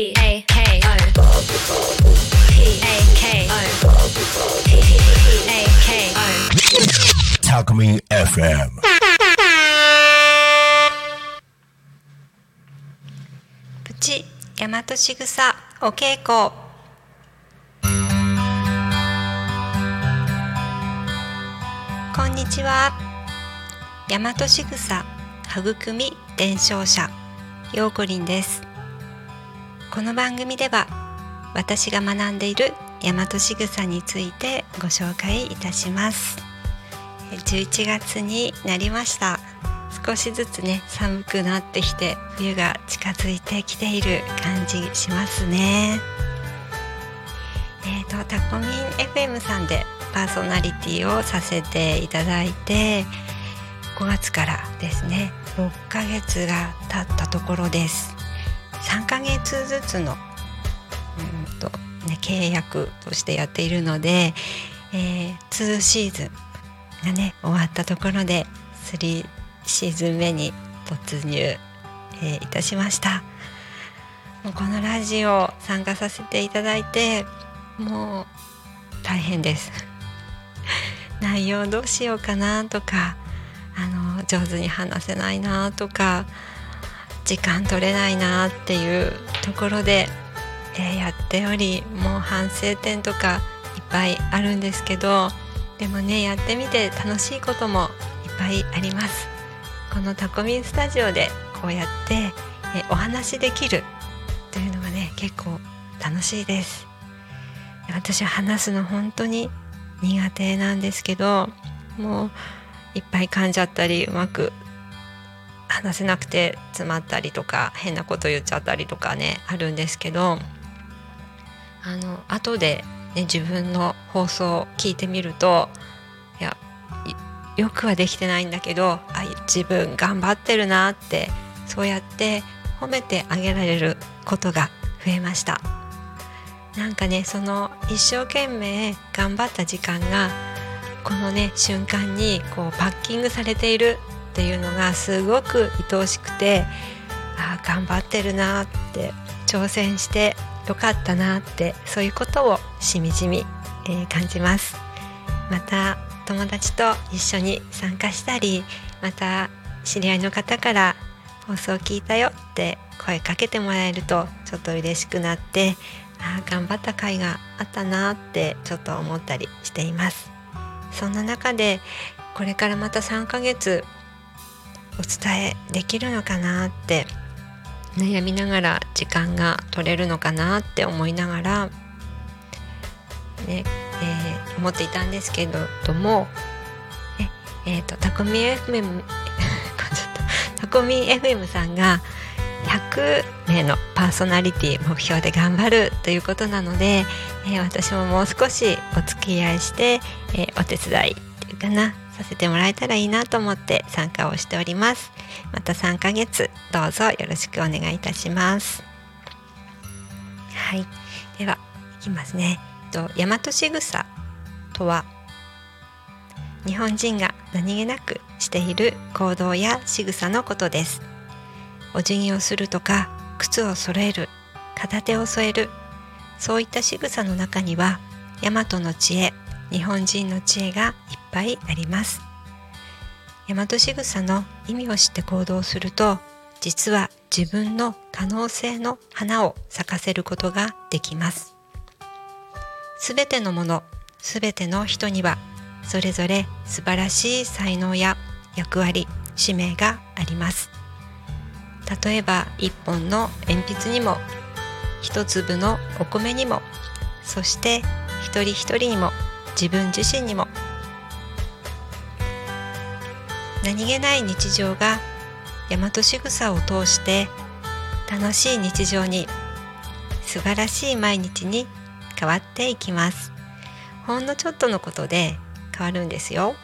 タコミ FM。 プチ大和しぐさお稽古。こんにちは。大和しぐさ育み伝承者ようこりんです。この番組では私が学んでいる大和しぐさについてご紹介いたします。11月になりました。少しずつね寒くなってきて冬が近づいてきている感じしますね。タコミン FM さんでパーソナリティをさせていただいて5月からですね6ヶ月が経ったところです。3ヶ月ずつの契約としてやっているので、2シーズンがね終わったところで3シーズン目に突入、いたしました。もうこのラジオ参加させていただいてもう大変です内容どうしようかなとか上手に話せないなとか時間取れないなっていうところで、やっておりもう反省点とかいっぱいあるんですけど、でもねやってみて楽しいこともいっぱいあります。このタコミンスタジオでこうやって、お話できるというのがね結構楽しいです。私は話すの本当に苦手なんですけど、もういっぱい噛んじゃったりうまく話せなくて詰まったりとか変なこと言っちゃったりとかねあるんですけど、後で、ね、自分の放送を聞いてみるとよくはできてないんだけど自分頑張ってるなってそうやって褒めてあげられることが増えました。なんかねその一生懸命頑張った時間がこのね瞬間にこうパッキングされているっていうのがすごく愛おしくて頑張ってるなって挑戦してよかったなってそういうことをしみじみ、感じます。また友達と一緒に参加したりまた知り合いの方から放送聞いたよって声かけてもらえるとちょっと嬉しくなって頑張った甲斐があったなってちょっと思ったりしています。そんな中でこれからまた3ヶ月お伝えできるのかなって悩みながら時間が取れるのかなって思いながら、ね思っていたんですけれども、タコミ FM タコミ FM さんが100名のパーソナリティ目標で頑張るということなので、私ももう少しお付き合いして、お手伝いっていうかなさせてもらえたらいいなと思って参加をしております。また3ヶ月どうぞよろしくお願いいたします。はい、ではいきますね。大和しぐさとは日本人が何気なくしている行動や仕草のことです。お辞儀をするとか靴を揃える、片手を添える、そういった仕草の中には大和の知恵、日本人の知恵がいっぱいあります。大和しぐさの意味を知って行動すると実は自分の可能性の花を咲かせることができます。すべてのもの、すべての人にはそれぞれ素晴らしい才能や役割、使命があります。例えば一本の鉛筆にも一粒のお米にもそして一人一人にも自分自身にも何気ない日常が大和しぐさを通して楽しい日常に素晴らしい毎日に変わっていきます。ほんのちょっとのことで変わるんですよ。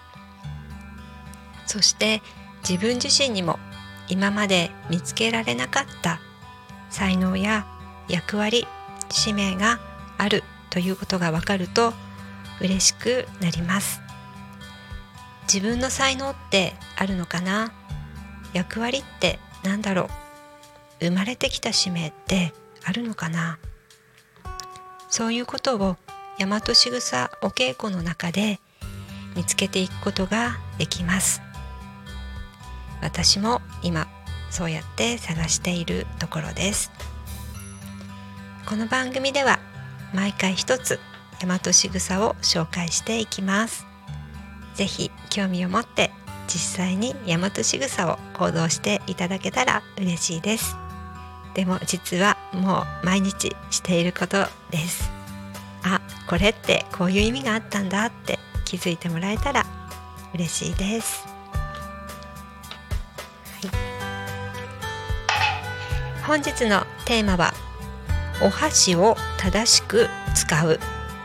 そして自分自身にも今まで見つけられなかった才能や役割、使命があるということが分かると嬉しくなります。自分の才能ってあるのかな、役割ってなんだろう、生まれてきた使命ってあるのかな。そういうことを大和しぐさお稽古の中で見つけていくことができます。私も今そうやって探しているところです。この番組では毎回一つ大和しぐさを紹介していきます。ぜひ興味を持って実際に大和しぐさを行動していただけたら嬉しいです。でも実はもう毎日していることです。これってこういう意味があったんだって気づいてもらえたら嬉しいです。本日のテーマはお箸を正しく使う。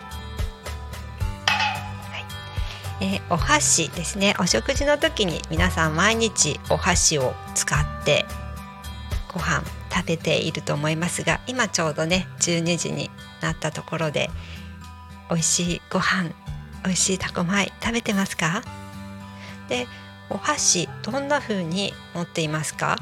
お箸ですね。お食事の時に皆さん毎日お箸を使ってご飯食べていると思いますが、今ちょうどね12時になったところで美味しいご飯、美味しいタコ米食べてますか？で、お箸どんな風に持っていますか？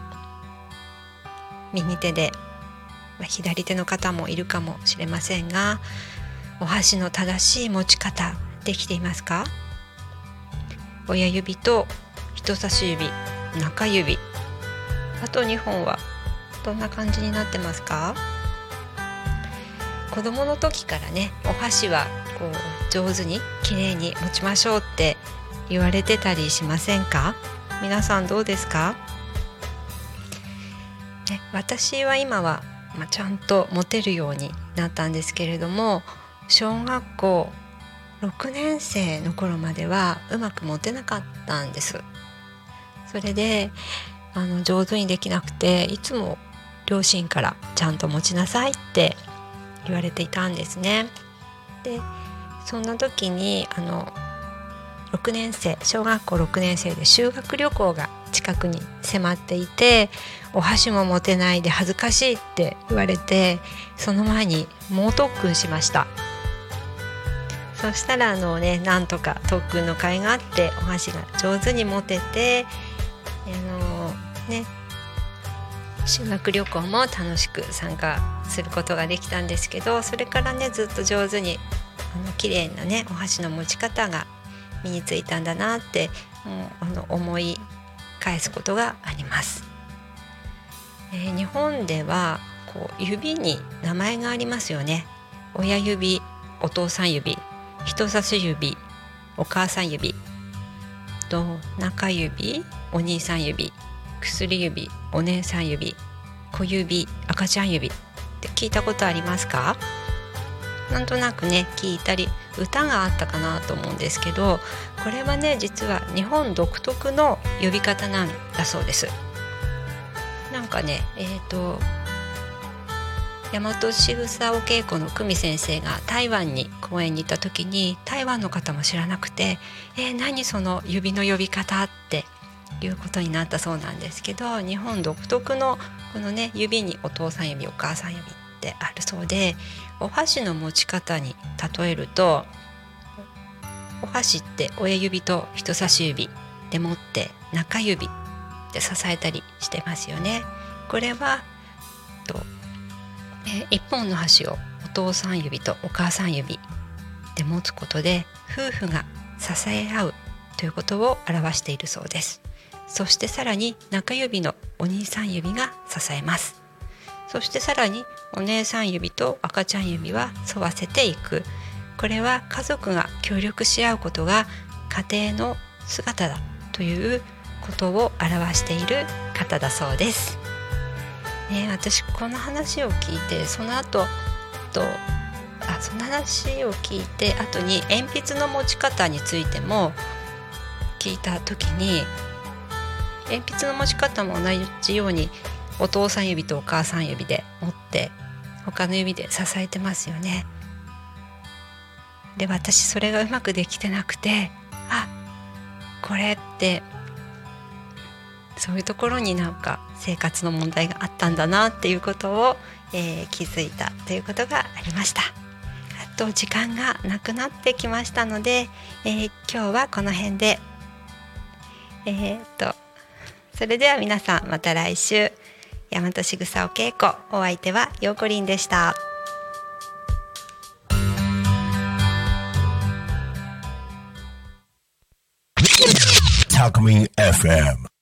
右手で、左手の方もいるかもしれませんが、お箸の正しい持ち方できていますか？親指と人差し指、中指、あと2本はどんな感じになってますか？子供の時からね、お箸はこう上手にきれいに持ちましょうって言われてたりしませんか？皆さんどうですか？私は今は、ちゃんと持てるようになったんですけれども、小学校6年生の頃まではうまく持てなかったんです。それで上手にできなくて、いつも両親からちゃんと持ちなさいって言われていたんですね。で、そんな時に小学校6年生で修学旅行が近くに迫っていて、お箸も持てないで恥ずかしいって言われて、その前に猛特訓しました。そしたらなんとか特訓の甲斐があってお箸が上手に持てて、修学旅行も楽しく参加することができたんですけど、それからずっと上手に綺麗なお箸の持ち方が身についたんだなって思い返すことがあります。日本では指に名前がありますよね。親指、お父さん指、人差し指、お母さん指と中指、お兄さん指、薬指、お姉さん指、小指、赤ちゃん指って聞いたことありますか？なんとなく聞いたり歌があったかなと思うんですけど、これは実は日本独特の呼び方なんだそうです。なんか大和しぐさお稽古の久美先生が台湾に講演に行った時に、台湾の方も知らなくて、何その指の呼び方っていうことになったそうなんですけど、日本独特のこの指にお父さん指、お母さん指ってあるそうで、お箸の持ち方に例えると、お箸って親指と人差し指で持って中指で支えたりしてますよね。これは一本の箸をお父さん指とお母さん指で持つことで夫婦が支え合うということを表しているそうです。そしてさらに中指のお兄さん指が支えます。そしてさらにお姉さん指と赤ちゃん指は沿わせていく。これは家族が協力し合うことが家庭の姿だということを表している方だそうです。私この話を聞いて、その話を聞いて後に鉛筆の持ち方についても聞いた時に、鉛筆の持ち方も同じようにお父さん指とお母さん指で持って他の指で支えてますよね。で、私それがうまくできてなくて、これってそういうところに生活の問題があったんだなっていうことを、気づいたということがありました。あと時間がなくなってきましたので、今日はこの辺で、それでは皆さんまた来週、 大和しぐさお稽古、お相手はようこりんでした。 Talk Me FM